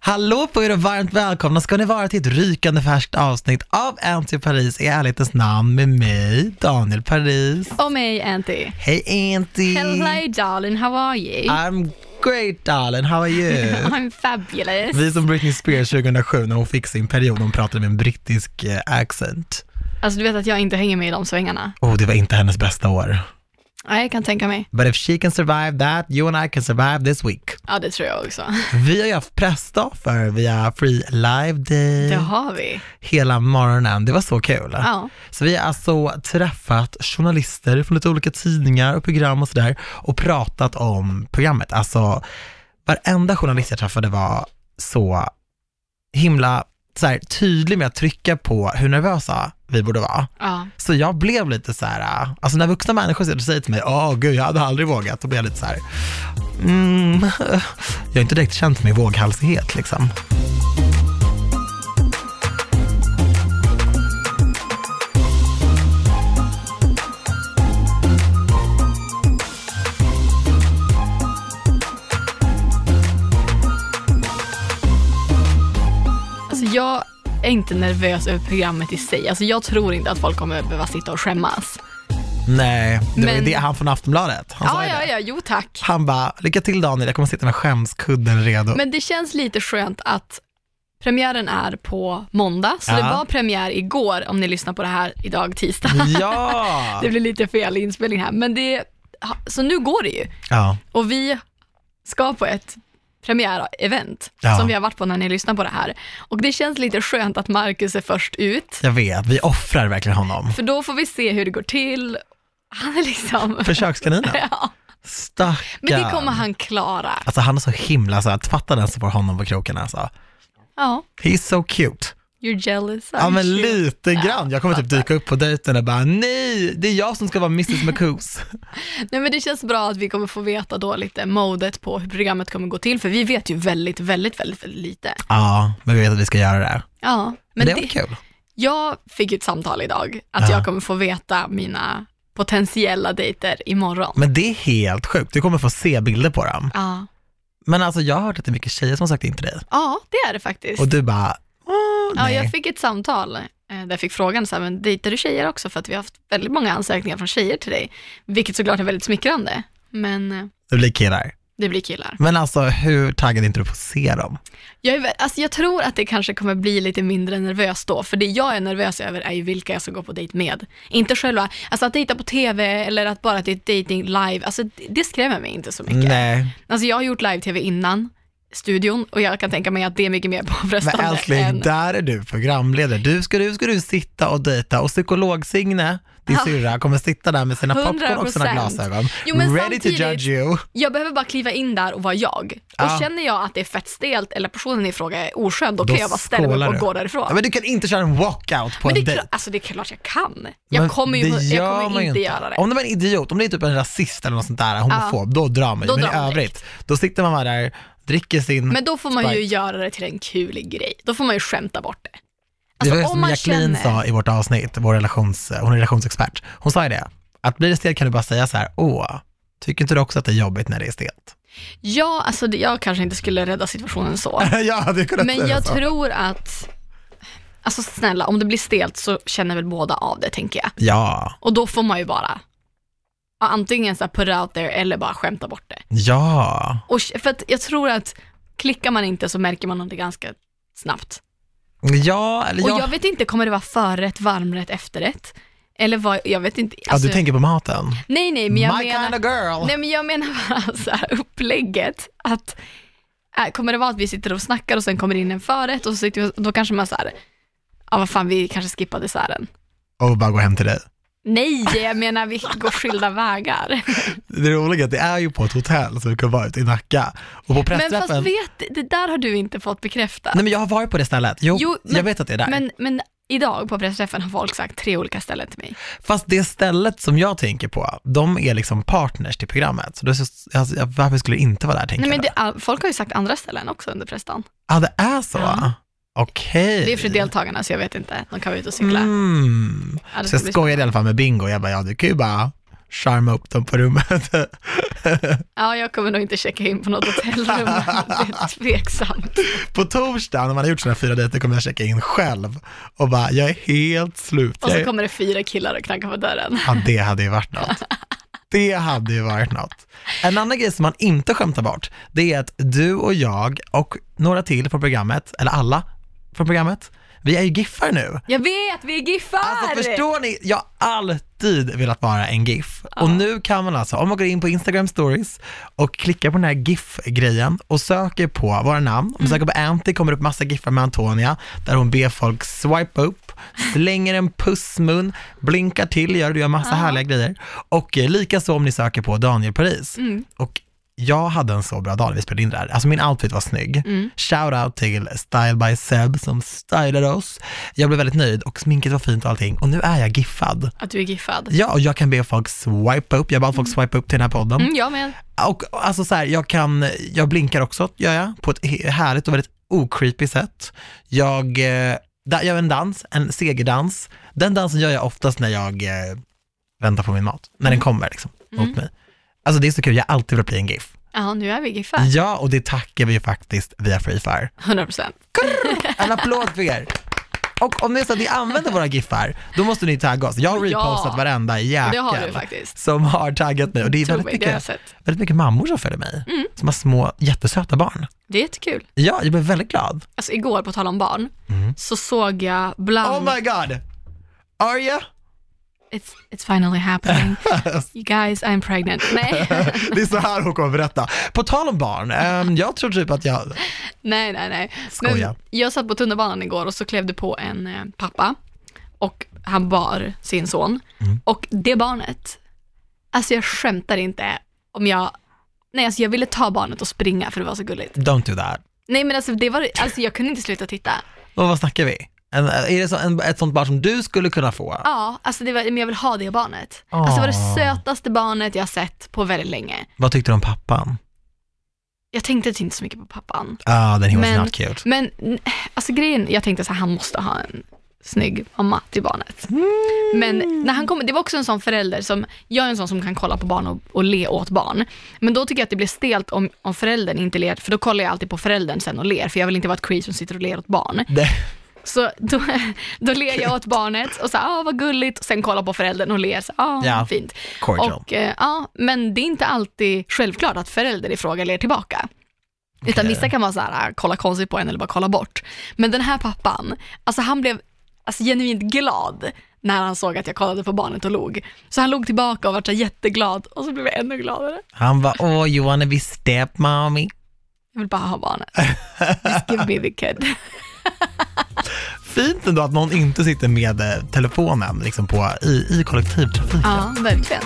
Hallå på er och varmt välkomna ska ni vara till ett rykande färskt avsnitt av Anty Paris i ärlighetens namn med mig, Daniel Paris. Och mig, Anty. Hej Anty. Hello darling, how are you? I'm great darling, how are you? I'm fabulous. Vi som Britney Spears 2007 när hon fick sin period, hon pratade med en brittisk accent. Alltså du vet att jag inte hänger med i de svängarna. Det var inte hennes bästa år. Ja, jag kan tänka mig. But if she can survive that, you and I can survive this week. Ja, det tror jag också. Vi har ju haft pressdag för via Free Live Day. Det har vi. Hela morgonen, det var så kul. Ja. Så vi har alltså träffat journalister från lite olika tidningar och program och sådär och pratat om programmet. Alltså varenda journalist jag träffade var så himla så här, tydlig med att trycka på hur nervösa vi borde vara. Ja. Så jag blev lite så här, alltså när vuxna människor säger till mig, gud jag hade aldrig vågat, då blev jag lite så här, jag har inte direkt känt mig våghalsighet liksom. Jag är inte nervös över programmet i sig. Alltså jag tror inte att folk kommer behöva sitta och skämmas. Nej, det var ju det han från Aftonbladet. Han sa det. Jo tack. Han bara, lycka till Daniel, jag kommer sitta med skämskudden redo. Men det känns lite skönt att premiären är på måndag. Så det var premiär igår om ni lyssnar på det här idag tisdag. Ja! Det blir lite fel inspelning här. Men så nu går det ju. Ja. Och vi ska på ett premiärevent som vi har varit på när ni lyssnar på det här. Och det känns lite skönt att Marcus är först ut. Jag vet, vi offrar verkligen honom. För då får vi se hur det går till. Han är liksom... Försökskaninen. Ja. Stackarn. Men det kommer han klara. Alltså han är så himla så att fatta den som får honom på kroken alltså. Ja. He's so cute. You're jealous. Ja men lite grann. Jag kommer typ dyka upp på dejten och bara, nej, det är jag som ska vara Mrs. McCoos. Nej men det känns bra att vi kommer få veta då lite modet på hur programmet kommer gå till. För vi vet ju väldigt, väldigt, väldigt, väldigt lite. Ja, men vi vet att vi ska göra det. Ja. Men det var kul. Jag fick ett samtal idag att jag kommer få veta mina potentiella dejter imorgon. Men det är helt sjukt. Du kommer få se bilder på dem. Ja. Men alltså jag har hört att det är mycket tjejer som har sagt in till dig. Ja, det är det faktiskt. Och du bara, nej. Ja, jag fick ett samtal där jag fick frågan så här, men dejtar du tjejer också? För att vi har haft väldigt många ansökningar från tjejer till dig. Vilket såklart är väldigt smickrande. Men det blir killar. Det blir killar. Men alltså hur taggad är inte du på att se dem? Jag tror att det kanske kommer bli lite mindre nervös då. För det jag är nervös över är ju vilka jag ska gå på dejt med. Inte själva, alltså att dejta på tv eller att bara att det är dating live. Alltså det skrämmer mig inte så mycket. Nej. Alltså jag har gjort live-tv innan studion och jag kan tänka mig att det är mycket mer påfrestande. Men älskling, där är du programledare. Du ska sitta och dejta och psykolog-Signe, din syrra, kommer sitta där med sina popcorn och sina glasögon. Ready to judge you. Jag behöver bara kliva in där och vara jag. Och känner jag att det är fett stelt eller personen i fråga är oskön, då kan jag bara ställa mig upp och gå därifrån. Ja, men du kan inte köra en walkout på en dejt. Alltså det är klart jag kan. Jag kommer inte göra det. Om det är en idiot, om det är typ en rasist eller något sånt där, homofob, då drar man ju. Men i övrigt, då sitter man där, dricker sin... Men då får man ju göra det till en kul grej. Då får man ju skämta bort det. Alltså, det var om som Jacqueline sa i vårt avsnitt, hon är relationsexpert. Hon sa ju det, att blir det stelt kan du bara säga så här, tycker inte du också att det är jobbigt när det är stelt? Ja, alltså jag kanske inte skulle rädda situationen så. Ja, det kunde men jag tror att, alltså snälla, om det blir stelt så känner väl båda av det, tänker jag. Ja. Och då får man ju bara antingen så här put out there eller bara skämta bort det. Ja. Och för att jag tror att klickar man inte så märker man det ganska snabbt. Ja, eller och jag vet inte, kommer det vara förrätt, varmrätt, efterrätt? Eller vad, jag vet inte. Alltså, du tänker på maten? Nej, men jag My menar... kind of girl. Nej, men jag menar bara så här, upplägget. Att, kommer det vara att vi sitter och snackar och sen kommer in en förrätt och så sitter vi, då kanske man så här, vad fan, vi kanske skippar desserten. Och bara gå hem till dig. Nej, jag menar vi går skilda vägar. Det roliga är att det är ju på ett hotell som vi kan vara ute i Nacka. Och på pressträffen... Men fast det där har du inte fått bekräftat. Nej, men jag har varit på det stället. Jo, jag vet att det är där. Men idag på pressträffen har folk sagt 3 olika ställen till mig. Fast det stället som jag tänker på, de är liksom partners till programmet. Så varför skulle det inte vara där, tänker jag. Men folk har ju sagt andra ställen också under pressdagen. Ja, det är så. Ja. Okej. Det är för deltagarna, så jag vet inte. De kan vara ute och cykla. Så jag skojade i alla fall med Bingo. Jag bara, du kan ju bara charma upp dem på rummet. Ja, jag kommer nog inte checka in på något hotellrum. Det är tveksamt. På torsdag när man har gjort sina 4 dejter kommer jag checka in själv och bara, jag är helt slut. Och så kommer det 4 killar och knackar på dörren. Ja, det hade ju varit något. Det hade ju varit något. En annan grej som man inte skämtar bort, det är att du och jag och några till från programmet, eller alla från programmet, vi är ju giffar nu. Jag vet, vi är giffar! Alltså förstår ni, jag har alltid velat vara en giff. Och nu kan man alltså, om man går in på Instagram stories och klickar på den här GIF-grejen och söker på våra namn. Om man söker på Anty kommer det upp massa giffar med Antonia där hon ber folk swipa upp, slänger en pussmun, blinkar till, gör massa härliga grejer. Och likaså om ni söker på Daniel Paris. Och jag hade en så bra dag när vi spelade in det här. Alltså min outfit var snygg. Shout out till Style by Seb som stylade oss. Jag blev väldigt nöjd och sminket var fint och allting. Och nu är jag giffad. Att du är giffad? Ja, och jag kan be folk swipa upp. Jag bad folk swipa upp till den här podden. Jag med. Och alltså så här, jag blinkar också, gör jag. På ett härligt och väldigt ocreepy sätt. Jag gör en dans, en segerdans. Den dansen gör jag oftast när jag väntar på min mat. När den kommer liksom, mot mig. Alltså det är så kul, jag har alltid velat bli en GIF. Ja, nu är vi giffar. Ja, och det tackar vi ju faktiskt via Free Fire. 100%. En applåd för er. Och om det är så att ni använder våra giffar, då måste ni tagga oss. Jag har repostat varenda jäkel det har du faktiskt. som har taggat mig. Och det är väldigt mycket mammor som följer mig. Som har små, jättesöta barn. Det är jättekul. Ja, jag blev väldigt glad. Alltså igår, på tal om barn, så såg jag bland... Oh my god! Are you? It's finally happening. You guys, I'm pregnant. Nej. Det är så här hon kommer berätta. På tal om barn, jag tror typ att jag... Nej. Skoja. Men jag satt på tunnelbanan igår och så klev det på en pappa och han bar sin son. Och det barnet, alltså jag skämtar inte om jag... Nej, alltså jag ville ta barnet och springa för det var så gulligt. Don't do that. Nej, men alltså jag kunde inte sluta titta. Och vad snackar vi? Är det så ett sånt barn som du skulle kunna få? Ja, alltså men jag vill ha det barnet. Alltså det var det sötaste barnet jag sett på väldigt länge. Vad tyckte du om pappan? Jag tänkte inte så mycket på pappan. Then he was not cute. Men alltså grejen, jag tänkte så här, han måste ha en snygg mamma till barnet. Men när han kommer, det var också en sån förälder som, jag är en sån som kan kolla på barn och le åt barn. Men då tycker jag att det blir stelt om föräldern inte ler, för då kollar jag alltid på föräldern sen och ler, för jag vill inte vara ett creep som sitter och ler åt barn. Så då ler jag åt barnet och så vad gulligt, och sen kollar på föräldern och ler så fint. Cordial. Och men det är inte alltid självklart att föräldern i fråga ler tillbaka. Utan vissa kan vara så här, kolla konstigt på en eller bara kolla bort. Men den här pappan, alltså han blev genuint glad när han såg att jag kollade på barnet och log. Så han log tillbaka och var så jätteglad, och så blev jag ännu gladare. Han var, you wanna be stepmommy? Jag vill bara ha barnet. Just give me the kid. Fint ändå att någon inte sitter med telefonen liksom i kollektivtrafiken. Ja, verkligen.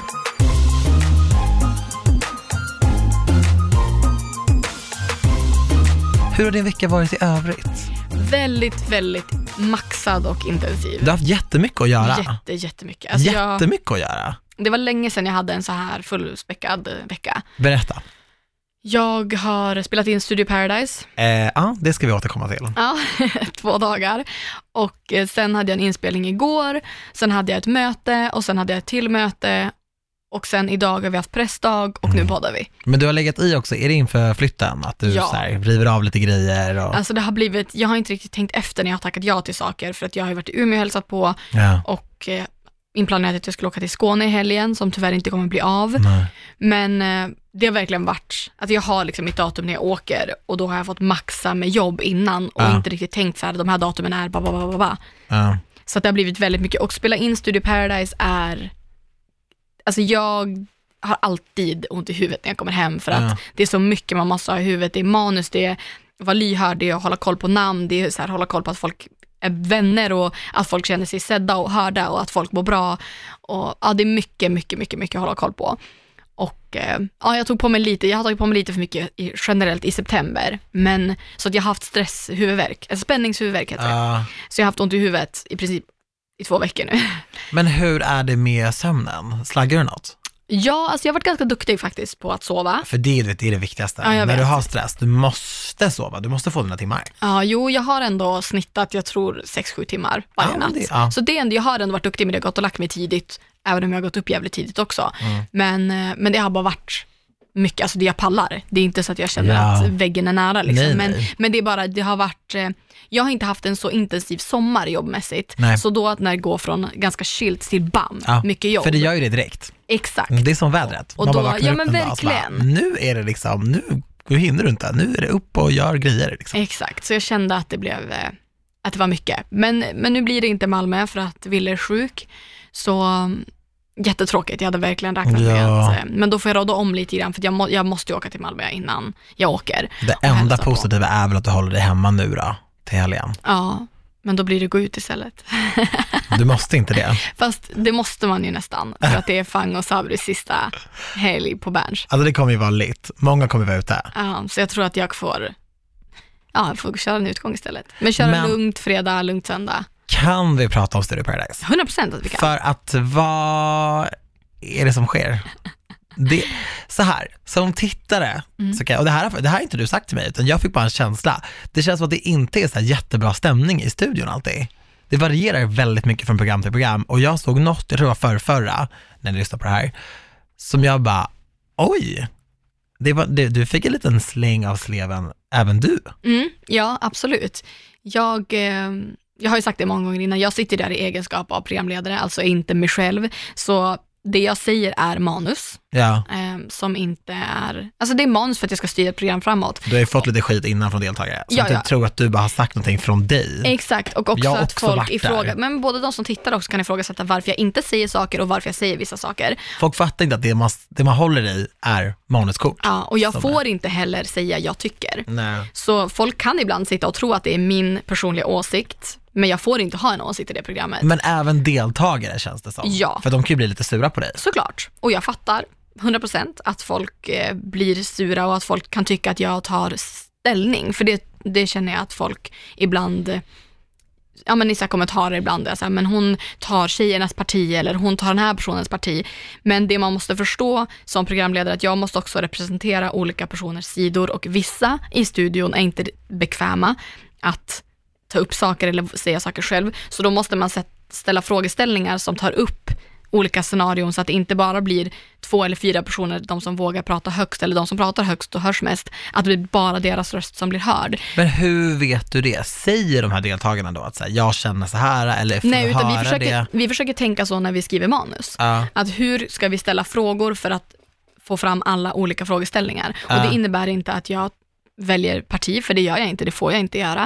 Hur har din vecka varit i övrigt? Väldigt, väldigt maxad och intensiv. Du har haft jättemycket att göra. Jättemycket. Alltså jättemycket att göra. Det var länge sedan jag hade en så här fullspäckad vecka. Berätta. Jag har spelat in Studio Paradise. Ja, det ska vi återkomma till. Ja, 2 dagar. Och sen hade jag en inspelning igår. Sen hade jag ett möte och sen hade jag ett till möte. Och sen idag har vi haft pressdag och nu poddar vi. Men du har legat i också, är det inför flytten? Att du så här, river av lite grejer? Och... Alltså det har blivit, jag har inte riktigt tänkt efter när jag har tackat ja till saker. För att jag har varit i Umeå och hälsat på. Ja. Och min plan är att jag skulle åka till Skåne i helgen, som tyvärr inte kommer bli av. Nej. Men det har verkligen varit att jag har liksom mitt datum när jag åker, och då har jag fått maxa med jobb innan och inte riktigt tänkt så här, de här datumen är Så att det har blivit väldigt mycket. Och spela in Studio Paradise är, alltså jag har alltid ont i huvudet när jag kommer hem, för att det är så mycket man måste ha i huvudet. Det är manus, det är vara lyhörd, det är att hålla koll på namn, det är så här, hålla koll på att folk är vänner och att folk känner sig sedda och hörda och att folk mår bra. Och det är mycket att hålla koll på. Och jag har tagit på mig lite för mycket generellt i september, men så att jag har haft stresshuvudvärk, alltså spänningshuvudvärk heter det. Så jag har haft ont i huvudet i princip i 2 veckor nu. Men hur är det med sömnen? Slaggar du något? Ja, alltså jag har varit ganska duktig faktiskt på att sova. För det är det viktigaste. Ja, när du har stress, du måste sova. Du måste få dina timmar. Ja, jo, jag har ändå snittat, jag tror 6-7 timmar varje natt. Så jag har ändå varit duktig med det, gått och lagt mig tidigt, även om jag har gått upp jävligt tidigt också. Men det har bara varit mycket, alltså det jag pallar. Det är inte så att jag känner att väggen är nära liksom. Nej. Men det är bara, det har varit, jag har inte haft en så intensiv sommar jobbmässigt. Nej. Så då att när det går från ganska chillt till bam, mycket jobb. För det gör ju det direkt. Exakt. Det är som vädret. Och då, ja men verkligen. Bara, nu är det liksom, nu hinner du inte. Nu är det upp och gör grejer liksom. Exakt, så jag kände att det var mycket. Men nu blir det inte Malmö för att Ville är sjuk. Så jättetråkigt, jag hade verkligen räknat med att, men då får jag råda om lite grann för att jag måste åka till Malmö innan jag åker. Det enda positiva är väl att du håller dig hemma nu då, till helgen. Ja, men då blir det gå ut istället. Du måste inte det. Fast det måste man ju nästan, för att det är Fang och Sabris sista helg på Berns. Alltså det kommer ju vara lit. Många kommer vara ute. Ja, så jag tror att jag får köra en utgång istället. Men köra lugnt fredag, lugnt söndag. Kan vi prata om Studio Paradise? 100% att vi kan. För att vad är det som sker? Så här, som tittare så och det här har inte du sagt till mig, utan jag fick bara en känsla. Det känns som att det inte är så här jättebra stämning i studion alltid. Det varierar väldigt mycket från program till program. Och jag såg något, jag tror det var förra när jag lyssnade på det här, som jag bara, oj, du fick en liten släng av sleven, även du. Ja, absolut. Jag har ju sagt det många gånger innan, jag sitter där i egenskap av programledare, alltså inte mig själv. Så det jag säger är manus. Ja. Som inte är, alltså det är manus för att jag ska styra ett program framåt. Du har ju fått lite skit innan från deltagare. Så att du tror att du bara har sagt någonting från dig. Exakt, och också att folk ifrågasätter. Men både de som tittar också kan ifrågasätta varför jag inte säger saker och varför jag säger vissa saker. Folk fattar inte att det man håller i är manuskort. Ja, och jag får inte heller säga jag tycker. Nej. Så folk kan ibland sitta och tro att det är min personliga åsikt. Men jag får inte ha en åsikt i det programmet. Men även deltagare känns det som. Ja. För de kan ju bli lite sura på dig. Såklart. Och jag fattar 100% att folk blir sura och att folk kan tycka att jag tar ställning. För det känner jag att folk ibland, ja men i så här kommentarer ibland är så här, men hon tar tjejernas parti eller hon tar den här personens parti. Men det man måste förstå som programledare, att jag måste också representera olika personers sidor, och vissa i studion är inte bekväma att ta upp saker eller säga saker själv. Så då måste man ställa frågeställningar som tar upp olika scenarion, så att det inte bara blir 2 eller 4 personer, de som vågar prata högst eller de som pratar högst och hörs mest, att det blir bara deras röst som blir hörd. Men hur vet du det? Säger de här deltagarna då att så här, jag känner så här, eller nej, utan vi försöker tänka så när vi skriver manus. Att hur ska vi ställa frågor för att få fram alla olika frågeställningar. Och det innebär inte att jag väljer parti, för det gör jag inte, det får jag inte göra.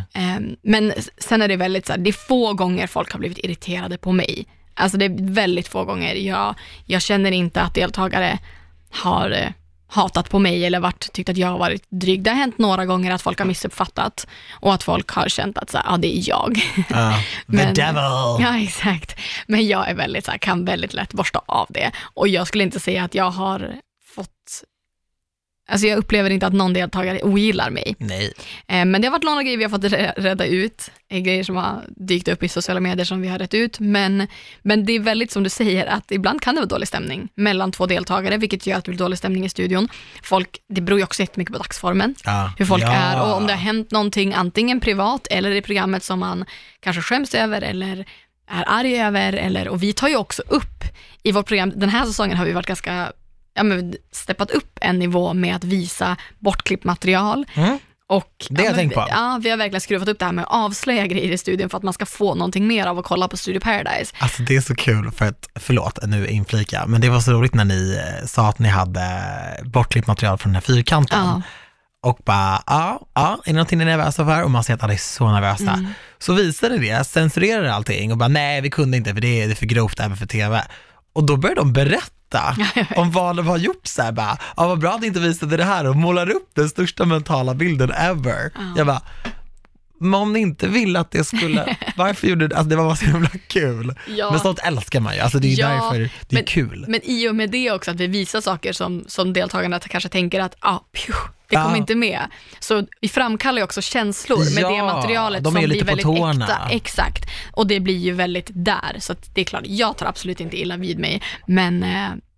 Men sen är det väldigt så här, det är få gånger folk har blivit irriterade på mig. Alltså det är väldigt få gånger. Jag känner inte att deltagare har hatat på mig eller tyckt att jag har varit dryg. Det har hänt några gånger att folk har missuppfattat och att folk har känt att så här, det är jag. The devil! Ja, exakt. Men jag är väldigt så här, kan väldigt lätt borsta av det. Och jag skulle inte säga att jag har fått... Alltså jag upplever inte att någon deltagare ogillar mig. Nej. Men det har varit några grejer vi har fått rädda ut. Grejer som har dykt upp i sociala medier som vi har rätt ut. Men det är väldigt som du säger, att ibland kan det vara dålig stämning mellan 2 deltagare, vilket gör att det blir dålig stämning i studion. Det beror ju också jättemycket på dagsformen. Hur folk är och om det har hänt någonting antingen privat eller i programmet som man kanske skäms över eller är arg över. Och vi tar ju också upp i vårt program. Den här säsongen har vi varit ganska... steppat upp en nivå med att visa bortklippt material. Och det jag tänkt på. Ja, vi har verkligen skruvat upp det här med att avslöja grejer i studion för att man ska få någonting mer av att kolla på Studio Paradise. Alltså det är så kul för att, förlåt nu inflika, men det var så roligt när ni sa att ni hade bortklippt material från den här fyrkanten. Och bara, är det någonting ni är nervösa för? Och man ser att alla är så nervösa. Så visade det, censurerade allting och bara, nej vi kunde inte för det är för grovt även för tv. Och då började de berätta om vad de har gjort så här, bara, vad bra att inte visade det här, och målar upp den största mentala bilden ever. Jag bara, men om ni inte ville att det skulle, varför gjorde det? Alltså det var så himla kul. Men sånt älskar man ju, alltså det är därför det är kul. Men i och med det också att vi visar saker som deltagarna kanske tänker att det kommer inte med. Så vi framkallar ju också känslor med det materialet de som blir väldigt tårna. Äkta. Exakt. Och det blir ju väldigt där. Så att det är klart, jag tar absolut inte illa vid mig. Men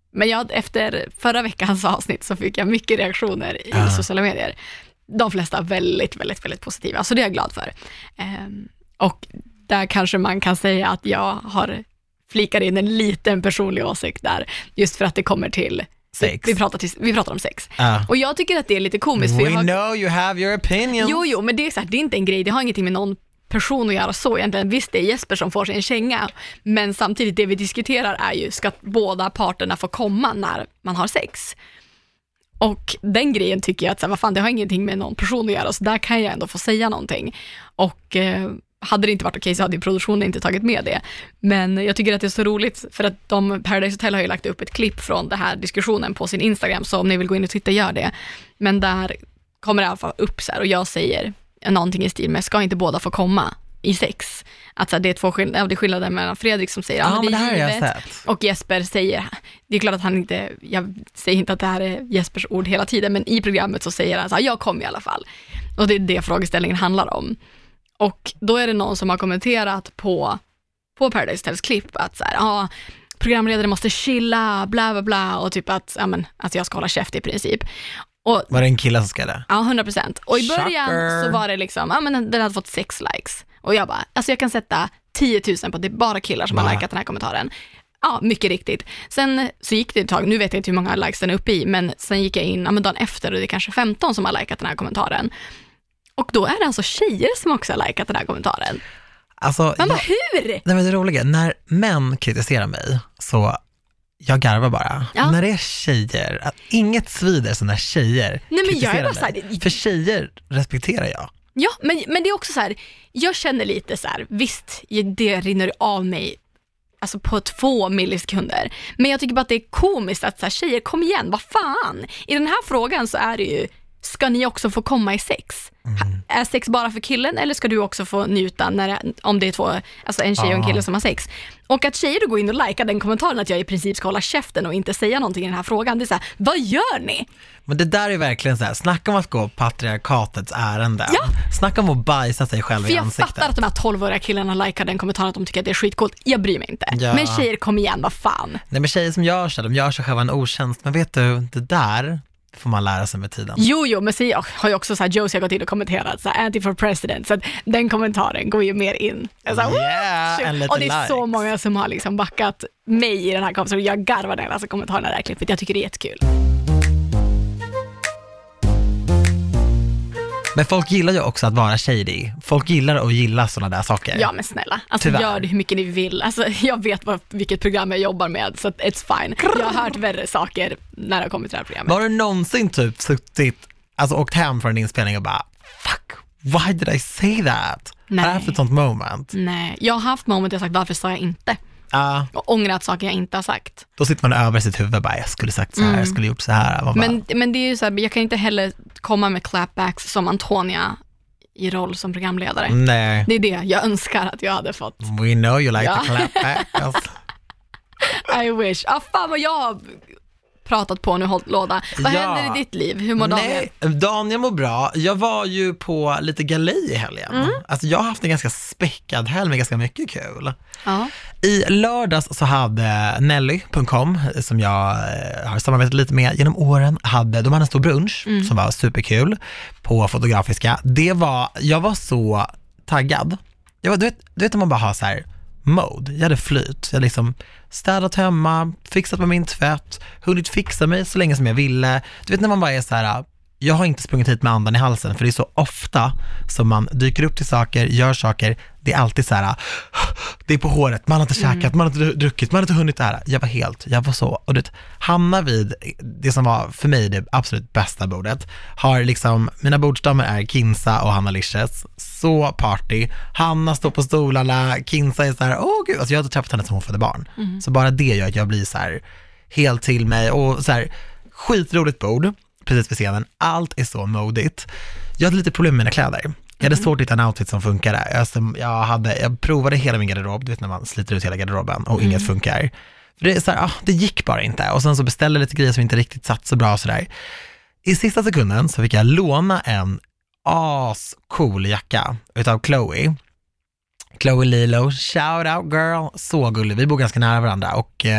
Men efter förra veckans avsnitt så fick jag mycket reaktioner i sociala medier. De flesta väldigt, väldigt, väldigt positiva. Så det är jag glad för. Och där kanske man kan säga att jag har flikat in en liten personlig åsikt där. Just för att det kommer till sex. Vi pratar om sex. Och jag tycker att det är lite komiskt. We know you have your opinion. Jo, men det är så här, det är inte en grej. Det har ingenting med någon person att göra så egentligen. Visst, det är Jesper som får sin känga. Men samtidigt, det vi diskuterar är ju, ska båda parterna få komma när man har sex? Och den grejen tycker jag att, vad fan, det har ingenting med någon person att göra. Så där kan jag ändå få säga någonting. Och hade det inte varit okej så hade ju produktionen inte tagit med det. Men jag tycker att det är så roligt för att Paradise Hotel har ju lagt upp ett klipp från den här diskussionen på sin Instagram, så om ni vill gå in och titta, gör det. Men där kommer det i alla fall upp så här, och jag säger någonting i stil med, ska inte båda få komma i sex? Att så här, det är två skillnader mellan Fredrik som säger men det här är har jag sett. Och Jesper säger, det är klart att han inte, jag säger inte att det här är Jespers ord hela tiden, men i programmet så säger han så här, jag kommer i alla fall. Och det är det frågeställningen handlar om. Och då är det någon som har kommenterat på Paradise Hotels klipp att så här, programledare måste chilla, bla bla bla, och typ att jag ska hålla käft i princip. Och, var det en kille som ska det? Ja, 100%. Och i början så var det liksom, den hade fått 6 likes. Och jag bara, jag kan sätta 10 000 på att det är bara killar som har likat den här kommentaren. Ja, mycket riktigt. Sen så gick det ett tag, nu vet jag inte hur många likes den är uppe i, men sen gick jag in dagen efter och det är kanske 15 som har likat den här kommentaren. Och då är det alltså tjejer som också har likat den här kommentaren. Alltså, man bara, hur? Nej, men det roliga, när män kritiserar mig så jag garvar bara. Ja. När det är tjejer, att inget svider som när tjejer kritiserar mig. Här, för tjejer respekterar jag. Ja, men det är också så här, jag känner lite så här, visst, det rinner av mig alltså på 2 millisekunder. Men jag tycker bara att det är komiskt att så här, tjejer, kom igen, vad fan? I den här frågan så är det ju, ska ni också få komma i sex? Är sex bara för killen eller ska du också få njuta om det är två, alltså en tjej och en kille som har sex? Och att tjejer då går in och likar den kommentaren att jag i princip ska hålla käften och inte säga någonting i den här frågan, det är så här, vad gör ni? Men det där är verkligen så här, snacka om att gå patriarkatets ärende. Ja. Snacka om att bajsa sig själv i ansiktet. Jag fattar att de här 12-åriga killarna likar den kommentaren, att de tycker att det är skitcoolt. Jag bryr mig inte. Ja. Men tjejer, kom igen, vad fan? Nej, men tjejer som gör så, de gör sig själva en otjänst. Men vet du, det där får man lära sig med tiden. Jo, men jag har ju också så här, Josie har gått in och kommenterat så här, anti for president, så att den kommentaren går ju mer in. Så här, och det är så många som har liksom backat mig i den här kommentaren. Jag garvar den, alltså kommentarerna där klippet. Jag tycker det är jättekul. Men folk gillar ju också att vara shady. Folk gillar att gilla sådana där saker. Ja, men snälla. Alltså gör det hur mycket ni vill. Alltså, jag vet vilket program jag jobbar med, så it's fine. Jag har hört värre saker när det har kommit till det här programmet. Har du någonsin typ suttit, alltså åkt hem från en inspelning och bara, fuck, why did I say that? Nej. Har du haft ett sånt moment? Nej, jag har haft moment jag sagt, varför sa jag inte? Och ångrat saker jag inte har sagt. Då sitter man över sitt huvud och bara, jag skulle sagt så här, jag skulle gjort så här. Men det är ju så här, jag kan inte heller komma med clapbacks som Antonia i roll som programledare. Nej. Det är det jag önskar att jag hade fått. We know you like to clap back. I wish. Fan vad jag har pratat på nu, hållit låda. Vad händer i ditt liv? Hur mår Daniel? Daniel mår bra. Jag var ju på lite galej i helgen. Alltså jag har haft en ganska späckad helg med ganska mycket kul. Ja. I lördags så hade Nelly.com, som jag har samarbetat lite med genom åren, de hade en stor brunch som var superkul på Fotografiska. Jag var så taggad. Du vet om man bara har så här mode. Jag hade flyt. Jag liksom städat hemma, fixat med min tvätt, hunnit fixa mig så länge som jag ville. Du vet när man bara är så här, jag har inte sprungit hit med andan i halsen, för det är så ofta som man dyker upp till saker, gör saker, det är alltid så här, det är på håret, man har inte käkat, man har inte druckit, man har inte hunnit det här. Jag var så, och du vet, hamna vid det som var för mig det absolut bästa bordet. Har liksom, mina bordsdamer är Kinsa och Hanna Licious, så party. Hanna står på stolarna, Kinsa är så här, gud, alltså jag hade träffat henne som hon födde barn. Så bara det gör att jag blir så här helt till mig, och så här skitroligt bord precis vid scenen. Allt är så modigt. Jag hade lite problem med mina kläder. Jag hade svårt att hitta en outfit som funkade. Jag provade hela min garderob, du vet när man sliter ut hela garderoben och inget funkar. För det är så här, det gick bara inte. Och sen så beställde jag lite grejer som inte riktigt satt så bra och sådär. I sista sekunden så fick jag låna en cool jacka utav Chloe Lilo. Shout out girl. Så gullig. Vi bor ganska nära varandra och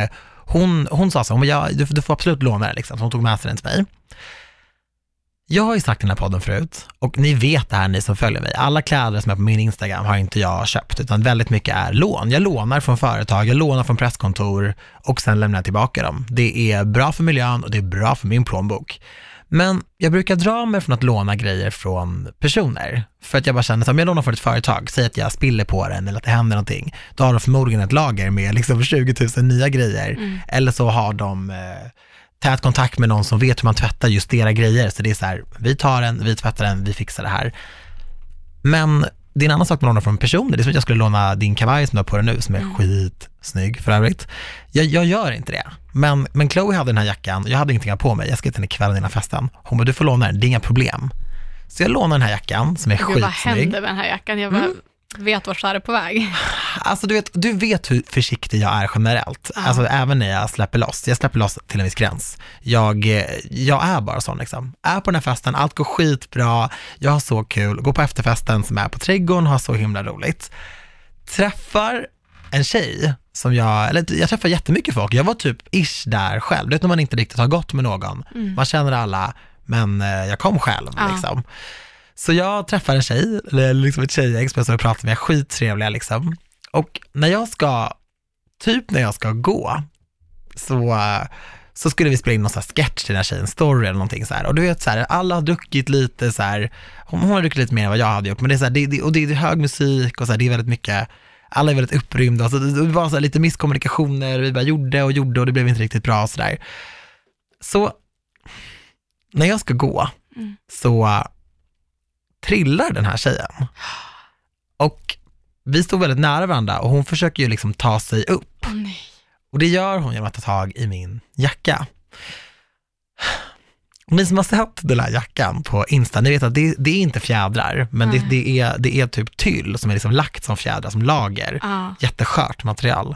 hon sa så, men du får absolut låna det liksom. Så hon tog med sig den till mig. Jag har ju sagt i den här podden förut, och ni vet det här, ni som följer mig. Alla kläder som är på min Instagram har inte jag köpt, utan väldigt mycket är lån. Jag lånar från företag, jag lånar från presskontor och sen lämnar jag tillbaka dem. Det är bra för miljön och det är bra för min plånbok. Men jag brukar dra mig från att låna grejer från personer. För att jag bara känner att om jag lånar från ett företag, säg att jag spiller på den eller att det händer någonting, då har de förmodligen ett lager med liksom 20 000 nya grejer. Eller så har de tät kontakt med någon som vet hur man tvättar just deras grejer. Så det är så här, vi tar den, vi tvättar den, vi fixar det här. Men det är en annan sak med att låna från personer. Det är som att jag skulle låna din kavaj som du har på dig nu, som är skitsnygg för övrigt. Jag gör inte det. Men Chloe hade den här jackan, jag hade ingenting på mig. Jag ska till henne kvällen innan festen. Hon bara, du får låna den, det är inga problem. Så jag lånar den här jackan som är skitsnygg. Vad hände med den här jackan? Jag bara vet vart det är på väg. Alltså du vet hur försiktig jag är generellt. Alltså även när jag släpper loss. Jag släpper loss till en viss gräns. Jag är bara sån liksom. Är på den här festen, allt går skitbra. Jag har så kul. Går på efterfesten som är på trädgården, har så himla roligt. Träffar en tjej som jag träffar jättemycket folk. Jag var typ ish där själv. Det är när man inte riktigt har gått med någon. Man känner alla, men jag kom själv liksom. Så jag träffar en tjej, eller liksom ett tjejgäng som jag så pratar med, skittrevliga liksom. Och när jag ska gå, så skulle vi spela in någon så här sketch till den här tjejen, story eller någonting så här. Och du vet så här, alla har druckit lite så här, hon har druckit lite mer än vad jag hade gjort, men det är så här, det är hög musik och så här, det är väldigt mycket, alla är väldigt upprymda, så det var så här lite misskommunikationer, vi bara gjorde och det blev inte riktigt bra och så där. Så när jag ska gå så trillar den här tjejen. Och vi stod väldigt nära varandra och hon försöker ju liksom ta sig upp. Och det gör hon genom att ta tag i min jacka. Och ni som har sett den här jackan på Insta, ni vet att det är inte fjädrar, men det är typ tyll som är liksom lagt som fjädrar, som lager. Jätteskört material.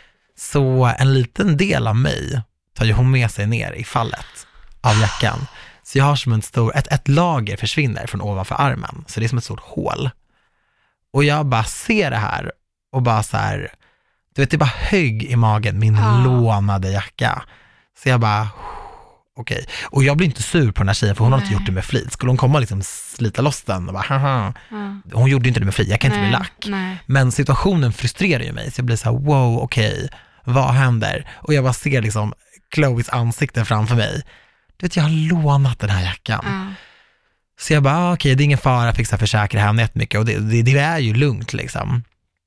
Så en liten del av mig tar ju hon med sig ner i fallet av jackan. Så jag har som ett lager försvinner från ovanför armen. Så det är som ett stort hål. Och jag bara ser det här och bara så här, du vet, det bara högg i magen, min lånade jacka. Så jag bara, okej. Och jag blir inte sur på den här tjejen, för hon har inte gjort det med flit. Skulle hon komma och liksom slita loss den och bara, haha. Hon gjorde inte det med flit, jag kan inte bli lack. Men situationen frustrerar ju mig, så jag blir så här, wow, okej, vad händer? Och jag bara ser liksom Chloes ansikte framför mig. Du vet, jag har lånat den här jackan. Så jag bara, okej, det är ingen fara, fixa försäkra henne jättemycket. Och det är ju lugnt liksom.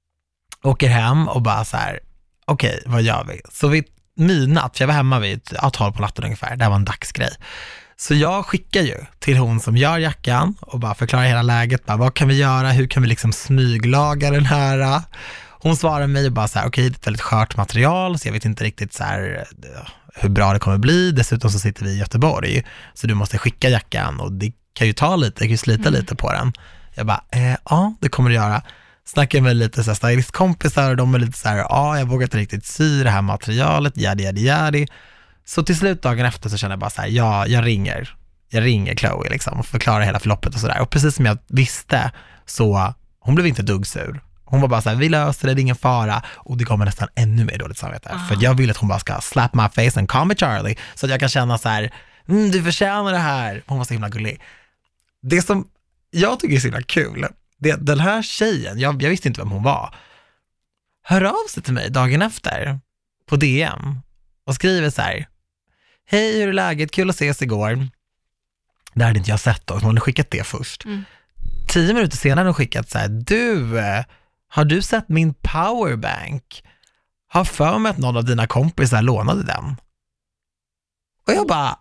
Åker hem och bara så här, okej, vad gör vi? Så vid midnatt, för jag var hemma vid 12 på natten ungefär, det här var en dagsgrej. Så jag skickar ju till hon som gör jackan och bara förklarar hela läget. Bara, vad kan vi göra? Hur kan vi liksom smyglaga den här? Hon svarar mig och bara så här, okej, det är ett väldigt skört material, så jag vet inte riktigt så här hur bra det kommer bli. Dessutom så sitter vi i Göteborg, så du måste skicka jackan och det kan ju ta lite, jag kan ju slita lite på den. Jag bara, ja, det kommer du göra. Snackar med lite så här stylistkompisar och de är lite så här, ja, jag vågar inte riktigt sy det här materialet, jadi. Så till slut dagen efter så känner jag bara så här, ja, jag ringer Chloe liksom och förklarar hela förloppet och sådär. Och precis som jag visste, så hon blev inte dugg sur. Hon var bara så här, vi löser det är ingen fara. Och det kommer nästan ännu mer dåligt samvete. För jag vill att hon bara ska slap my face and call me Charlie. Så att jag kan känna så här, du förtjänar det här. Hon var så himla gullig. Det som jag tycker är så himla kul, den här tjejen, jag visste inte vem hon var, hör av sig till mig dagen efter på DM och skriver så här, hej, hur är läget? Kul att ses igår. Det hade inte jag sett då, hon hade skickat det först. 10 minuter senare hade hon skickat så här, du, har du sett min powerbank? Har för mig att någon av dina kompisar lånade den. Och jag bara,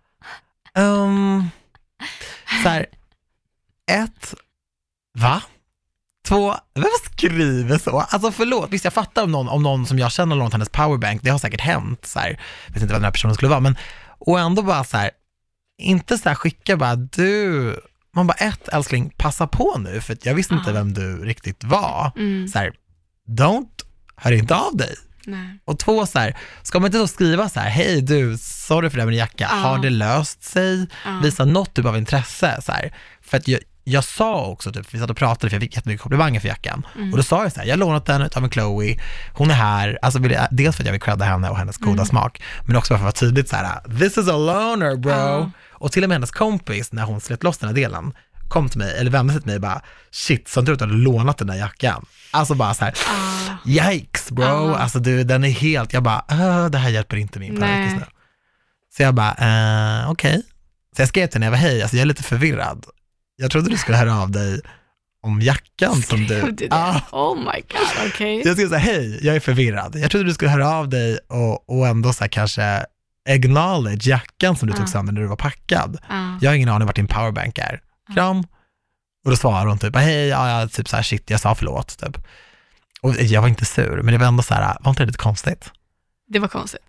så här, 1, va? 2, vem skriver så? Alltså förlåt, visst jag fattar om någon som jag känner lånat hennes powerbank, det har säkert hänt så här, jag vet inte vad den här personen skulle vara, men och ändå bara så här, inte så här skicka bara, du, man bara, 1, älskling, passa på nu, för jag visste inte vem du riktigt var. Så här, hör inte av dig. Nej. Och 2, så här, ska man inte då skriva så här, hej du, sorry för det med din jacka, har det löst sig? Visa något typ av intresse så här. För att jag sa också, typ, vi satt och pratade för jag fick jättemycket komplimanger för jackan. Och då sa jag så här, jag har lånat den av en Chloe, hon är här, alltså dels för att jag vill credda henne och hennes goda smak, men också för att vara tydligt så här, this is a loner bro. Och till och med hennes kompis, när hon släppte loss den här delen, kom till mig, eller vände sig till mig och bara, shit, så tror jag att du hade lånat den där jackan. Alltså bara så här, yikes bro, alltså den är helt, jag bara, det här hjälper inte min panik nu. Så jag bara, okej. Så jag skrev till henne, jag var hej, alltså jag är lite förvirrad. Jag trodde du skulle höra av dig om jackan som du... Oh my god, okej. Så jag skrev så här, hej, jag är förvirrad. Jag trodde du skulle höra av dig och ändå så här kanske acknowledge jackan som du tog sönder när du var packad. Jag har ingen aning vart din powerbank är. Kram. Och då svarar hon typ, hej, jag typ så här, shit, jag sa förlåt, typ. Och jag var inte sur, men det var ändå så här, var inte det lite konstigt? Det var konstigt.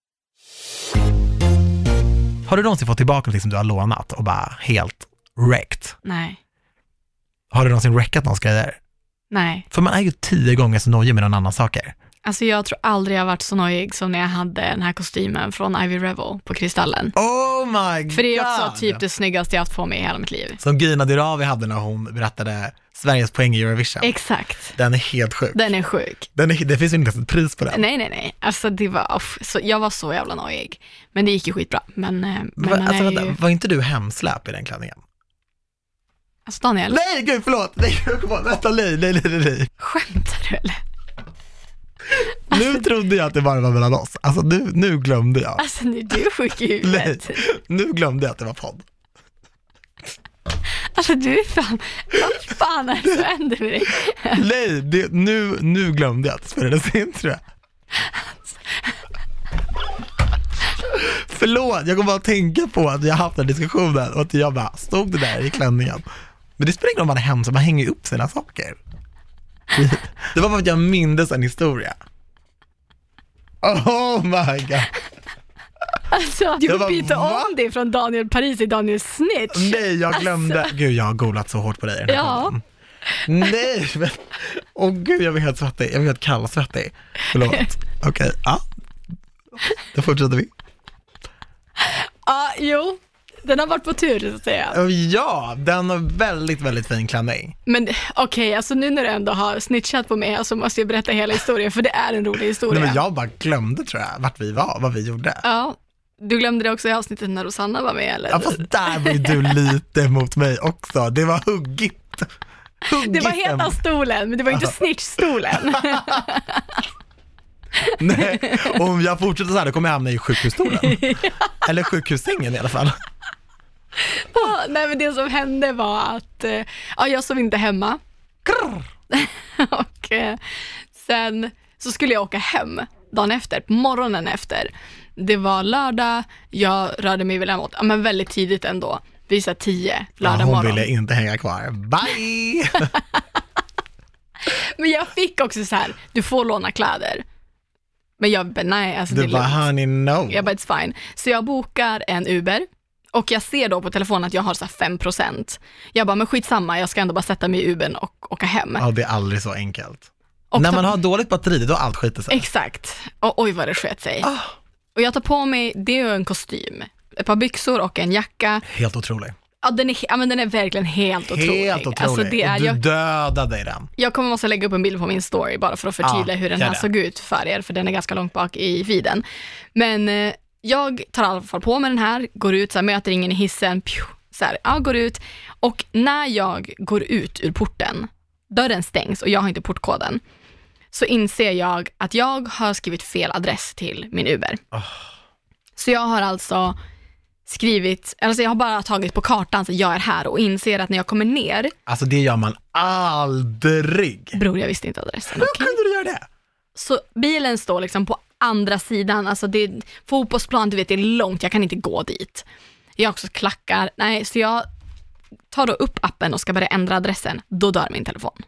Har du någonsin fått tillbaka något som du har lånat och bara helt wrecked? Nej. Har du någonsin wreckat någons grejer? Nej. För man är ju 10 gånger så nojig med någon annan saker. Alltså jag tror aldrig jag har varit så nojig som när jag hade den här kostymen från Ivy Revel på Kristallen. Oh my god! För det är också typ det snyggaste jag haft på mig i hela mitt liv. Som Gina Dirawi hade när hon berättade Sveriges poäng i Eurovision. Exakt. Den är helt sjuk. Den är sjuk. Det finns ju inte ett pris på den. Nej. Alltså det var, jag var så jävla nojig. Men det gick ju skitbra. Men var inte du hemsläp i den klänningen? Alltså Daniel. Nej, gud, förlåt. Nej. Skämtar du eller? Nu trodde jag att det bara var mellan oss. Alltså nu glömde jag. Alltså du är sjuk i huvudet. Nej, nu glömde jag att det var podd. Alltså du är fan, vad fan är det som händer med dig? Nej, nu glömde jag att det spelades in, tror jag. Förlåt, jag kommer bara tänka på att jag har haft den diskussionen och att jag bara stod det där i klänningen. Men det spelar ingen roll om man är hemma, så man hänger upp sina saker. Det var för att jag mindes en historia. Oh my god. Alltså, du får byta om det från Daniel Paris till Daniel Snitch. Nej, jag glömde. Alltså. Gud, jag har golat så hårt på dig. Ja. Nej, men... gud, jag blir helt svettig. Jag blir helt kallsvettig. Förlåt. Okej, ja. Då fortsätter vi. Jo. Den har varit på tur, så att säga. Ja, den har väldigt, väldigt fin klänning. Men okej, alltså nu när du ändå har snitchat på mig så måste jag berätta hela historien, för det är en rolig historia. Nej, men jag bara glömde, tror jag, vart vi var, vad vi gjorde. Ja, du glömde det också i avsnittet när Rosanna var med, eller? Ja, fast där var ju du lite mot mig också. Det var huggigt. Det var hela stolen, men det var inte snitchstolen. Nej, om jag fortsätter så här, då kommer jag hamna i sjukhusstolen. Eller sjukhussängen i alla fall. Nej, men det som hände var att jag sov inte hemma. Och sen så skulle jag åka hem dagen efter, på morgonen efter. Det var lördag, jag rörde mig väl hemåt, men väldigt tidigt ändå. Vi sa 10 lördag morgon. Hon ville inte hänga kvar. Bye! Men jag fick också så här, du får låna kläder. Men jag bara, nej, alltså det var honey, no. Jag bara, it's fine. Så jag bokar en Uber. Och jag ser då på telefonen att jag har så här 5%. Jag bara, men skitsamma, jag ska ändå bara sätta mig i Ubern och åka hem. Ja, det är aldrig så enkelt. Och när man har dåligt batteri, då allt skiter sig. Exakt. Och oj vad det sket sig. Och jag tar på mig, det är en kostym, ett par byxor och en jacka. Helt otrolig. Ja, den är verkligen helt otrolig. Helt otrolig. Alltså, det är, du dödade i den. Jag kommer måste lägga upp en bild på min story bara för att förtydliga hur den här såg ut för er, för den är ganska långt bak i feeden. Men jag tar i alla fall på mig den här, går ut, så här, möter ingen i hissen, går ut. Och när jag går ut ur porten, dörren stängs och jag har inte portkoden, så inser jag att jag har skrivit fel adress till min Uber. Så jag har alltså jag har bara tagit på kartan så jag är här och inser att när jag kommer ner... Alltså det gör man aldrig. Bror, jag visste inte adressen. Hur kunde du göra det? Så bilen står liksom på andra sidan, alltså det är fotbollsplan, du vet, det är långt, jag kan inte gå dit. Jag också klackar, så jag tar då upp appen och ska börja ändra adressen, då dör min telefon.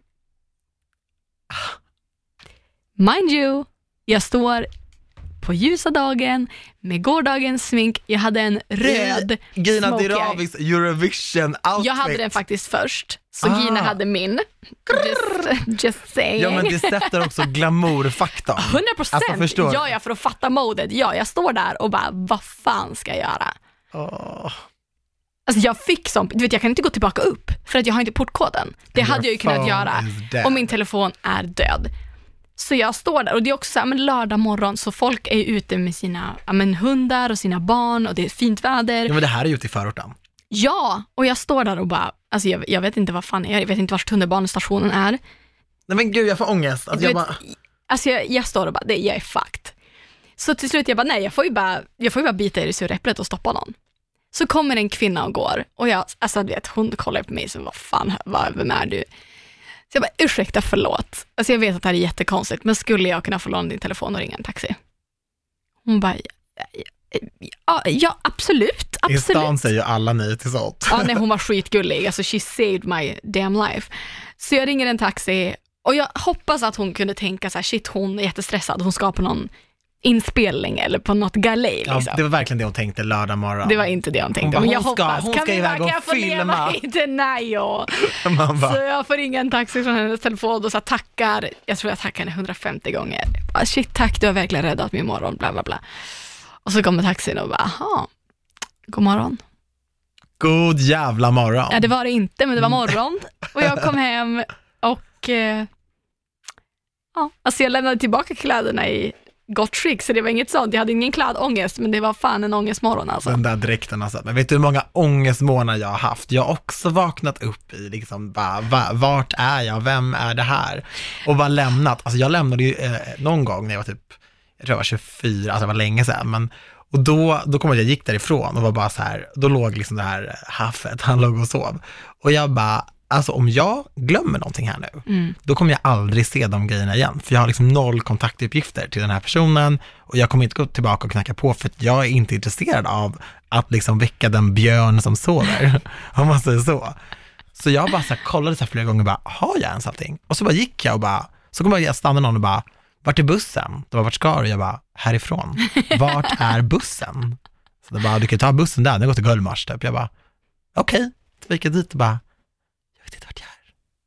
Mind you, jag står på ljusa dagen med gårdagens smink. Jag hade en röd Gina Diravis Eurovision outfit. Jag hade den faktiskt först. Så Gina hade min. Just saying. Ja, men det sätter också glamourfaktorn. 100%. Alltså, ja, för att fatta modet. Ja, jag står där och bara, vad fan ska jag göra? Alltså jag fick sån, du vet jag kan inte gå tillbaka upp för att jag har inte portkoden. Det hade jag ju kunnat göra och min telefon är död. Så jag står där och det är också så här, men lördag morgon så folk är ute med sina hundar och sina barn och det är fint väder. Ja, men det här är ju ute i förorten. Ja, och jag står där och bara, alltså jag vet inte vad fan jag vet inte var tunnelbanestationen är. Nej men gud, jag får ångest. Alltså jag står och bara, jag är fucked. Så till slut jag bara, nej jag får ju bara bita i det sura äpplet och stoppa någon. Så kommer en kvinna och går och jag, alltså du vet, hon kollar på mig så vem är du? Så jag bara, ursäkta, förlåt. Alltså jag vet att det här är jättekonstigt, men skulle jag kunna få låna din telefon och ringa en taxi? Hon bara, ja absolut. I stan säger ju alla nej till sånt. Ja, nej, hon var skitgullig. Alltså she saved my damn life. Så jag ringer en taxi och jag hoppas att hon kunde tänka så här, shit, hon är jättestressad. Hon ska på någon inspelning eller på något galej liksom. Ja, det var verkligen det hon tänkte lördag morgon. Det var inte det hon tänkte. Hon ska iväg och filma. Så jag får ringa en taxi från hennes telefon och så tackar. Jag tror jag tackar henne 150 gånger. Shit, tack, du har verkligen räddat min morgon, bla bla bla. Och så kommer taxin och bara, aha, god morgon. God jävla morgon. Ja, det var det inte, men det var morgon. Och jag kom hem och alltså jag lämnade tillbaka kläderna i gott skick, så det var inget sånt. Jag hade ingen klädångest, men det var fan en ångestmorgon alltså. Den där dräkten alltså. Men vet du hur många ångestmorgnar jag har haft? Jag har också vaknat upp i liksom, vart är jag? Vem är det här? Och bara lämnat. Alltså jag lämnade ju någon gång när jag var typ, jag tror jag var 24, alltså det var länge sedan, men och då kom jag gick därifrån och var bara så här, då låg liksom det här haffet, han låg och sov. Och jag bara, alltså om jag glömmer någonting här nu, då kommer jag aldrig se de grejerna igen. För jag har liksom 0 kontaktuppgifter till den här personen och jag kommer inte gå tillbaka och knacka på för att jag är inte intresserad av att liksom väcka den björn som sover, om man säger så. Så jag bara så här, kollade så här flera gånger och bara, har jag ens allting? Och så bara gick jag och bara, så kommer jag stanna någon och bara, vart är bussen? Det var, vart ska du? Jag bara, härifrån. Vart är bussen? Så det bara, du kan ta bussen där, den går till Gullmars typ. Jag bara, okej. Så gick jag dit och bara, jag vet inte vart jag är.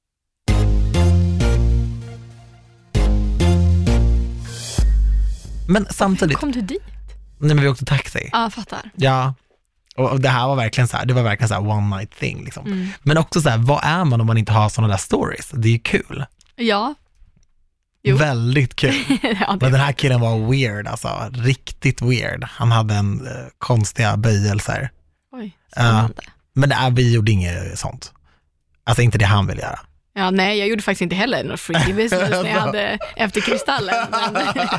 Men samtidigt. Kom du dit? Nej, men vi åkte taxi. Ja, fattar. Ja. Och det här var verkligen så här, det var verkligen så här one night thing liksom. Men också så här, vad är man om man inte har sådana där stories? Det är ju kul. Ja. Jo. Väldigt kul. Ja, men den här killen var weird, alltså riktigt weird. Han hade en konstiga böjelser. Oj, spännande. Men vi gjorde inget sånt. Alltså inte det han ville göra. Ja, nej, jag gjorde faktiskt inte heller något freaky business när jag hade efter kristallen. Men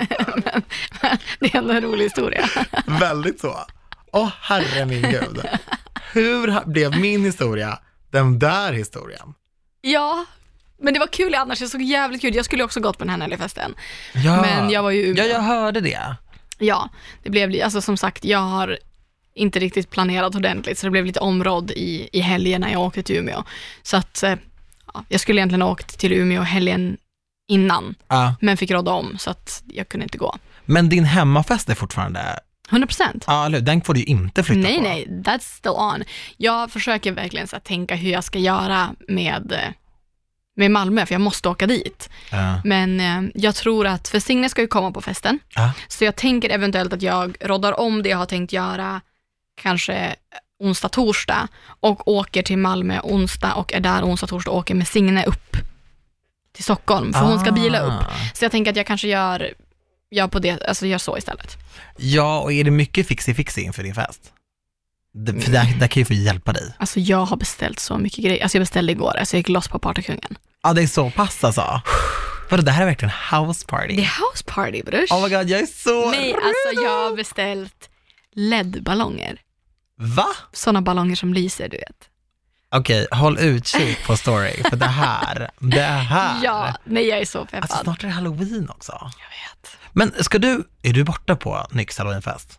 det är ändå en rolig historia. Väldigt så. Herre min gud. Hur blev min historia den där historien? Ja, men det var kul annars. Jag såg jävligt kul. Jag skulle också gått på den här Nellyfesten. Ja. Men jag var ju... Ja, jag hörde det. Ja, det blev... Alltså som sagt, jag har inte riktigt planerat ordentligt. Så det blev lite områd i helgen när jag åkte till Umeå. Så att jag skulle egentligen ha åkt till Umeå helgen innan. Men fick råda om så att jag kunde inte gå. Men din hemmafest är fortfarande... 100%. Ja, den får du ju inte flytta på. Nej, that's still on. Jag försöker verkligen så att tänka hur jag ska göra med Malmö, för jag måste åka dit. Men jag tror att, för Signe ska ju komma på festen. Så jag tänker eventuellt att jag råddar om det jag har tänkt göra kanske onsdag, torsdag och åker till Malmö onsdag och är där onsdag, torsdag och åker med Signe upp till Stockholm, för hon ska bila upp. Så jag tänker att jag kanske gör på det, alltså gör så istället. Ja, och är det mycket fixi inför din fest? För där kan ju få hjälpa dig. Alltså jag har beställt så mycket grejer. Alltså jag beställde igår, alltså jag gick loss på Partykungen. Ja, det är så pass alltså. Vadå, det här är verkligen house party. Det är house party, brush. Oh my god, jag är så Nej, alltså jag har beställt LED-ballonger. Va? Såna ballonger som lyser, du vet. Okej, håll utkik på story. För det här. Ja, nej, jag är så peppad. Alltså snart är det Halloween också. Jag vet. Men är du borta på Nyx Halloweenfest?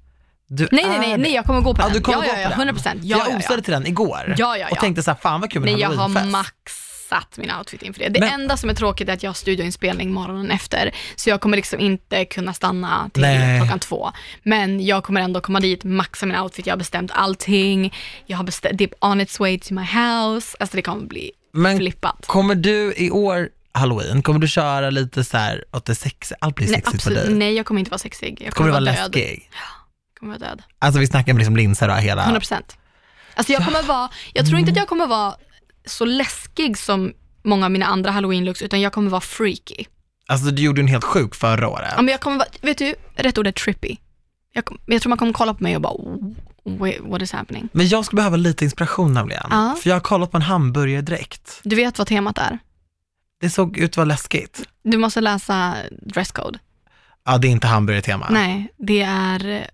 Nej, jag kommer gå på den. Du kommer gå på den? 100%. Jag osade till den igår. Ja. Och tänkte så här, fan vad kul med Halloweenfest. Nej, jag har maxat min outfit inför det. Det enda som är tråkigt är att jag har studioinspelning morgonen efter. Så jag kommer liksom inte kunna stanna till 2:00. Men jag kommer ändå komma dit, maxa min outfit. Jag har bestämt allting. Jag har bestämt det on its way to my house. Alltså det kommer bli flippat. Kommer du i år Halloween, kommer du köra lite så här åt det sexy? Allt blir sexigt för dig. Nej, jag kommer inte vara sexig. Jag kommer vara du vara död. läskig? Jag kommer vara död. Alltså vi snackar med liksom linser och hela... 100%. Alltså jag tror inte att jag kommer vara så läskig som många av mina andra Halloween-looks, utan jag kommer vara freaky. Alltså du gjorde en helt sjuk förra året. Ja, men jag kommer vara, vet du, rätt ord är trippy. Jag tror man kommer kolla på mig och bara, wait, what is happening? Men jag skulle behöva lite inspiration nämligen. För jag har kollat på en hamburgardräkt. Du vet vad temat är? Det såg ut att vara läskigt. Du måste läsa dresscode. Ja, det är inte hamburgertema. Nej, det är...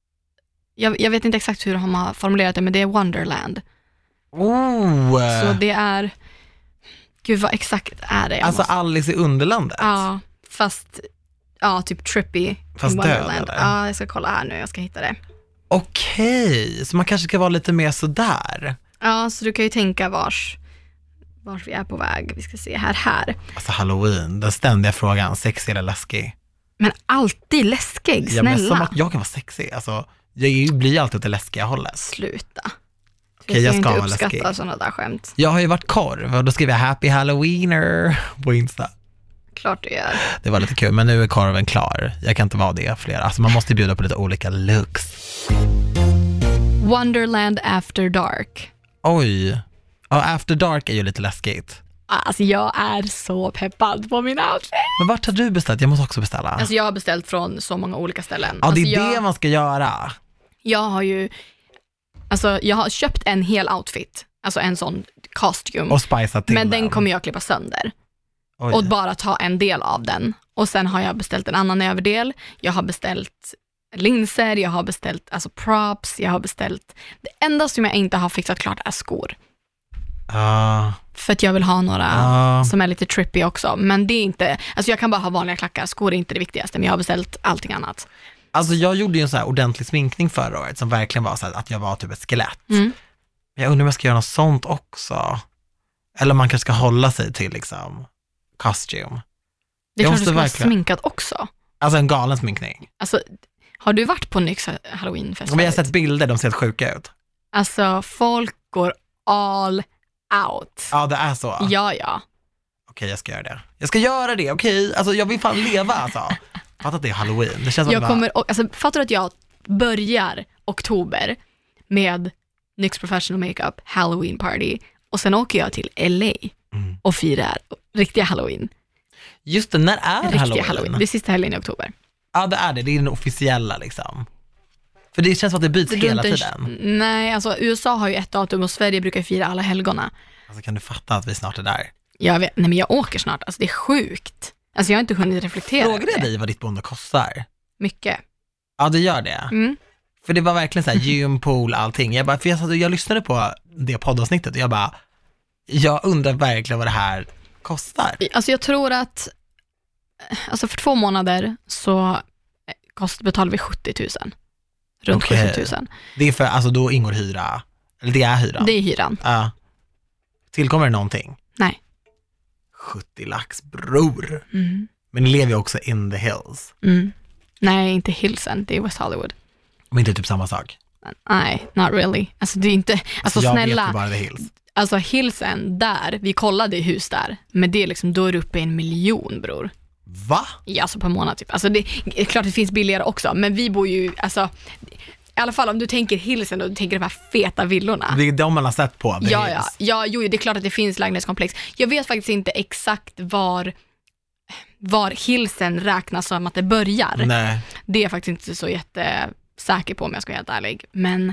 Jag vet inte exakt hur de har formulerat det, men det är Wonderland. Så det är... Gud, vad exakt är det? Alltså Alice i Underlandet? Ja, fast... Ja, typ trippy. Fast Wonderland. död, eller? Ja, jag ska kolla här nu, jag ska hitta det. Okej, så man kanske ska vara lite mer sådär. Ja, så du kan ju tänka vars vi är på väg. Vi ska se här. Alltså Halloween, den ständiga frågan, sexig eller läskig? Men alltid läskig, snälla. Ja, men som att jag kan vara sexig. Alltså, jag blir alltid åt det läskiga hållet. Sluta. Okej, jag ska inte vara läskig. uppskatta sådana där skämt. Jag har ju varit korv och då skriver jag Happy Halloweener på Insta. Klart du gör. Det var lite kul, men nu är korven klar. Jag kan inte vara det fler. Alltså man måste bjuda på lite olika looks. Wonderland After Dark. Oj. Ja, After Dark är ju lite läskigt. Alltså jag är så peppad på min outfit. Men vart har du beställt? Jag måste också beställa. Alltså jag har beställt från så många olika ställen. Ja, det är alltså det man ska göra. Jag har köpt en hel outfit. Alltså en sån costume. Och spiceat till men den kommer jag klippa sönder. Oj. Och bara ta en del av den. Och sen har jag beställt en annan överdel. Jag har beställt linser, jag har beställt alltså props, jag har beställt... Det enda som jag inte har fixat klart är skor. För att jag vill ha några som är lite trippy också. Men det är inte... Alltså jag kan bara ha vanliga klackar. Skor är inte det viktigaste, men jag har beställt allting annat. Alltså jag gjorde ju en så här ordentlig sminkning förra året som verkligen var så här att jag var typ ett skelett. Men jag undrar om jag ska göra något sånt också. Eller man kanske ska hålla sig till liksom costume. Det är klart du ska vara sminkad också. Alltså en galen sminkning. Alltså, har du varit på Nyx Halloween-fest? Men jag har sett bilder, de ser helt sjuka ut. Alltså, folk går all out. Ja, det är så. Ja. Okej, jag ska göra det. Jag ska göra det, okej. Alltså, jag vill fan leva, alltså. Fattar att det är Halloween. Det känns fattar du att jag börjar oktober med Nyx Professional Makeup Halloween Party och sen åker jag till LA och firar riktiga Halloween. Just det, när är Halloween? Det är sista helgen i oktober. Ja, det är det. Det är den officiella liksom. För det känns som att det byts hela tiden. Nej, alltså USA har ju ett datum och Sverige brukar fira alla helgona. Alltså kan du fatta att vi snart är där? Jag vet, nej men jag åker snart. Alltså det är sjukt. Alltså jag har inte hunnit reflektera. Frågade jag dig vad ditt boende kostar? Mycket. Ja, det gör det. För det var verkligen så här gym, pool, allting. Jag lyssnade på det poddavsnittet och jag undrar verkligen vad det här kostar. Alltså jag tror att för 2 månader så betalar vi 70 000. Runt 70 000. Det är för, alltså då ingår hyra. Eller det är hyran. Det är hyran. Ja. Tillkommer det någonting? Nej. 70 lax, bror. Men ni lever ju också in the hills. Nej, inte hillsen. Det är West Hollywood. Men inte typ samma sak? Nej, not really. Alltså det är inte... Alltså jag snälla. vet ju bara the hills. Alltså hillsen där, vi kollade hus där. Men det är liksom, då är det uppe i 1 miljon, bror. Va? Ja, alltså per månad typ. Alltså det är klart det finns billigare också. Men vi bor ju, alltså... I alla fall om du tänker hillsen och du tänker de här feta villorna. Det är de man har sett på. Ja, jo, det är klart att det finns lägenhetskomplex. Jag vet faktiskt inte exakt var hillsen räknas som att det börjar. Nej. Det är jag faktiskt inte så jättesäker på om jag ska vara helt ärlig. Men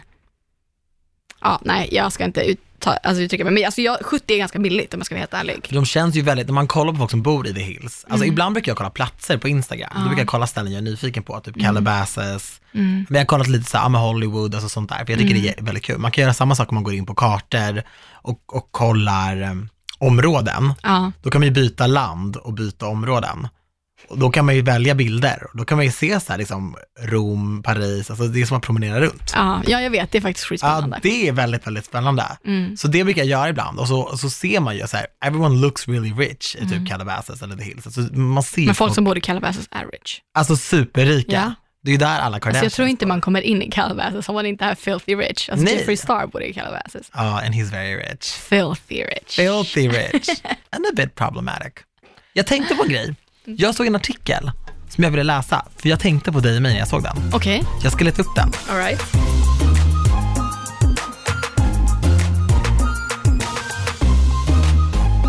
ja, nej, jag ska inte uttrycka mig. Men 70 är ganska billigt om jag ska vara helt ärlig. De känns ju väldigt, när man kollar på folk som bor i the hills. Alltså ibland brukar jag kolla platser på Instagram. Då brukar jag kolla ställen jag är nyfiken på. Typ Calabasas. Men jag har kollat lite så här med Hollywood och sånt där. För jag tycker det är väldigt kul. Man kan göra samma sak om man går in på kartor och kollar områden. Då kan man ju byta land och byta områden. Och då kan man ju välja bilder. Då kan man ju se så här liksom Rom, Paris, alltså det är som att promenera runt. Ja, jag vet, det är faktiskt skitspännande. Ja, det är väldigt, väldigt spännande. Så det brukar jag göra ibland. Och så ser man ju så här, everyone looks really rich i typ Calabasas eller The Hills. Alltså man ser men folk som bor i Calabasas är rich. Alltså superrika. Ja. Det är ju där alla Kardashians. Alltså jag tror inte man kommer in i Calabasas om man inte är filthy rich. Alltså Jeffree Star bor i Calabasas. Ja, and he's very rich. Filthy rich. Filthy rich. And a bit problematic. Jag tänkte på en grej. Jag såg en artikel som jag ville läsa, för jag tänkte på dig och mig när jag såg den. Okej. Jag ska leta upp den. All right.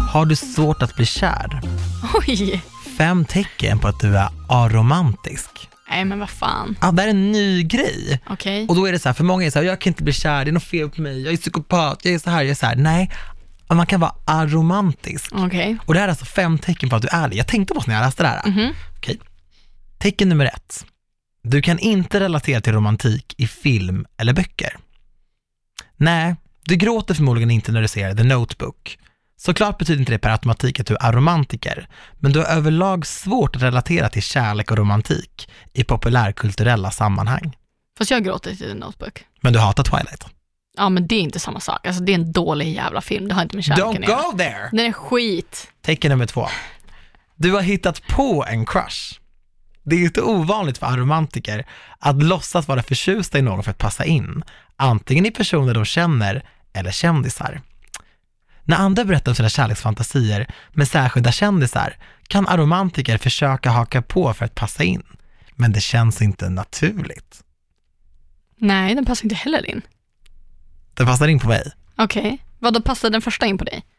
Har du svårt att bli kär? Oj. 5 tecken på att du är aromantisk. Nej, men vad fan. Ja, det är en ny grej. Okej. Och då är det så här, för många är så här, jag kan inte bli kär, det är något fel på mig, jag är psykopat, jag är så här, jag är så här. Nej, man kan vara aromantisk. Okej. Och det här är alltså 5 tecken på att du är det. Jag tänkte på när jag läste det här. Okej. Tecken nummer 1. Du kan inte relatera till romantik i film eller böcker. Nej, du gråter förmodligen inte när du ser The Notebook. Såklart betyder inte det per automatik att du är romantiker, men du har överlag svårt att relatera till kärlek och romantik i populärkulturella sammanhang. Fast jag gråter till The Notebook. Men du hatar Twilight. Ja, men det är inte samma sak. Alltså, det är en dålig jävla film. Det har inte med kärleken Don't go there! Den är skit. Tecken nummer 2. Du har hittat på en crush. Det är ju inte ovanligt för aromantiker att låtsas vara förtjusta i någon för att passa in. Antingen i personer de känner eller kändisar. När andra berättar om sina kärleksfantasier med särskilda kändisar kan aromantiker försöka haka på för att passa in. Men det känns inte naturligt. Nej, den passar inte heller in. Det passar in på mig. Okej. Vad då passar den första in på dig?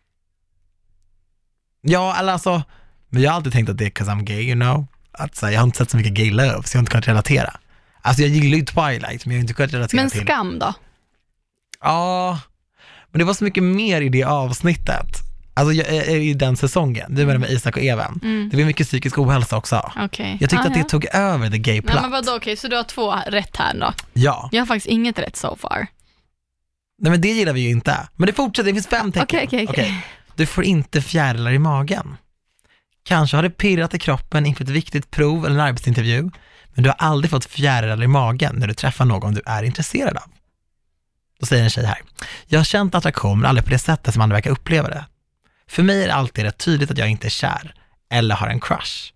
Ja, eller alltså, men jag har alltid tänkt att det är 'cause I'm gay, you know. Att så här, jag har inte sett så mycket gay love, så jag har inte kunnat relatera. Alltså jag gillar ju Twilight, men jag har inte kunnat relatera Men till. Skam då? Ja, men det var så mycket mer i det avsnittet. Alltså i den säsongen, det var med Isak och Even. Det var mycket psykisk ohälsa också. Okej. Jag tyckte att det tog över the gay plot. Nej, men vadå, okej, så du har 2 rätt här då? Ja. Jag har faktiskt inget rätt so far. Nej, men det gillar vi ju inte. Men det fortsätter, det finns 5 tecken. Okej. Du får inte fjärilar i magen. Kanske har det pirrat i kroppen inför ett viktigt prov eller en arbetsintervju, men du har aldrig fått fjärilar i magen när du träffar någon du är intresserad av. Då säger en tjej här: jag har känt attraktion, men aldrig på det sättet som andra verkar uppleva det. För mig är det alltid rätt tydligt att jag inte är kär eller har en crush.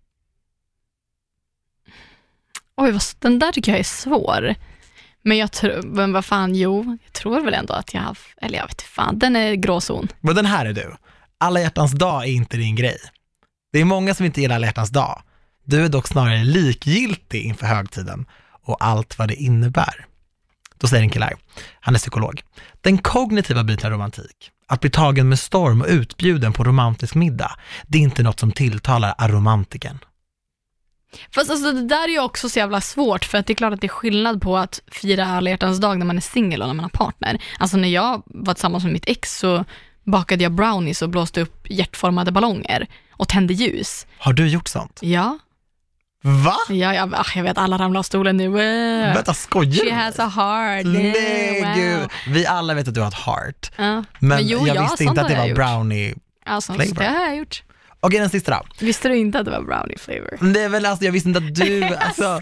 Oj, den där tycker jag är svår. Men jag tror, men vad fan, jag tror väl ändå att jag har, eller jag vet inte fan, den är gråzon. Men den här är du. Alla hjärtans dag är inte din grej. Det är många som inte gillar alla hjärtans dag. Du är dock snarare likgiltig inför högtiden och allt vad det innebär. Då säger en kille här, han är psykolog: den kognitiva biten av romantik, att bli tagen med storm och utbjuden på romantisk middag, det är inte något som tilltalar aromantiken. Fast alltså det där är ju också så jävla svårt, för att det är klart att det är skillnad på att fira alla hjärtans dag när man är singel och när man har partner. Alltså när jag var tillsammans med mitt ex så bakade jag brownies och blåste upp hjärtformade ballonger och tände ljus. Har du gjort sånt? Ja. Va? Ja, jag vet, alla ramlar av stolen nu. Vänta, skojar du? She has a heart. Nej, wow. gud. Vi alla vet att du har ett heart. Ja. Men jo, jag visste inte att det var brownie. Alltså, flavor. det har jag gjort. Okej, den sista då. Visste du inte att det var brownie flavor? Det är väl, alltså, jag visste inte att du, alltså.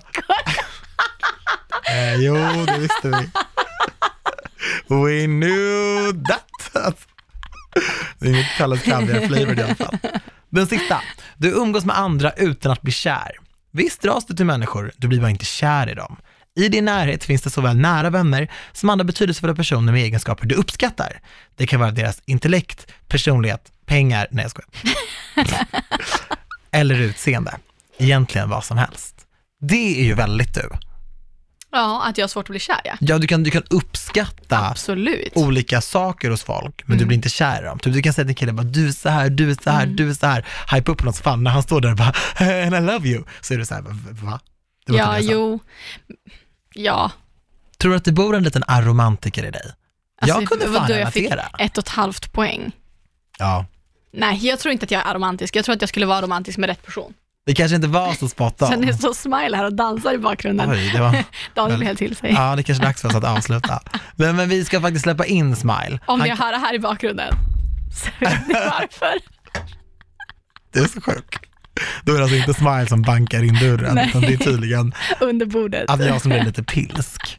Jo, det visste vi. We knew that. Det är inget kallas kaviar flavor i alla fall. Den sista. Du umgås med andra utan att bli kär. Visst dras du till människor, du blir bara inte kär i dem. I din närhet finns det såväl nära vänner som andra betydelsefulla personer med egenskaper du uppskattar. Det kan vara deras intellekt, personlighet, pengar, nej jag skojar. Eller utseende. Egentligen vad som helst. Det är ju väldigt du. Ja, att jag har svårt att bli kär, ja. Ja, du kan uppskatta Absolut. olika saker hos folk, men du blir inte kär i dem. Typ, du kan säga till en kille bara, du är så här, du är så här, du är så här. Hype upp på något fan när han står där och bara, and I love you. Så är du så här, va? Det var ja, inte det jo. Ja. Tror du att det bor en liten aromantiker i dig? Alltså, jag kunde fan relatera. Jag fick 1,5 poäng. Ja. Nej, jag tror inte att jag är aromantisk. Jag tror att jag skulle vara romantisk med rätt person. Det kanske inte var så spot on. Sen är så smile här och dansar i bakgrunden. Oj, det var... Daniel blir helt till sig. Ja, det kanske är dags för oss att avsluta. Men vi ska faktiskt släppa in Smile. Om jag hör det här i bakgrunden så vet ni varför. Det är så sjukt. Då är det alltså inte Smile som bankar in dörren, utan det är tydligen under bordet. att jag som blir lite pilsk.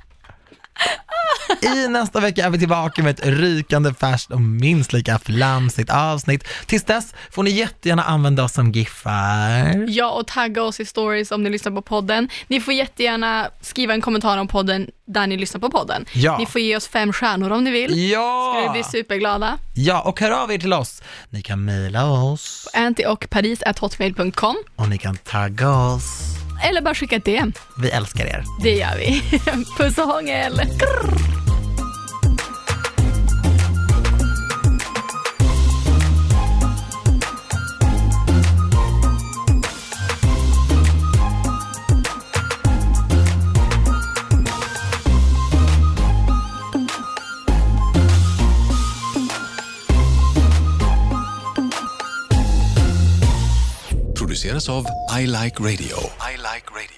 I nästa vecka är vi tillbaka med ett rykande färskt och minst lika flamsigt avsnitt. Tills dess får ni jättegärna använda oss som giffar. Ja, och tagga oss i stories om ni lyssnar på podden. Ni får jättegärna skriva en kommentar om podden där ni lyssnar på podden. Ja. Ni får ge oss 5 stjärnor om ni vill. Ja! Ska vi bli superglada. Ja, och hör av er till oss. Ni kan mejla oss. antiochparis@hotmail.com. Och ni kan tagga oss. Eller bara skicka ett DM. Vi älskar er. Det gör vi. Puss och hångel. produceras av I Like Radio. I Like Radio.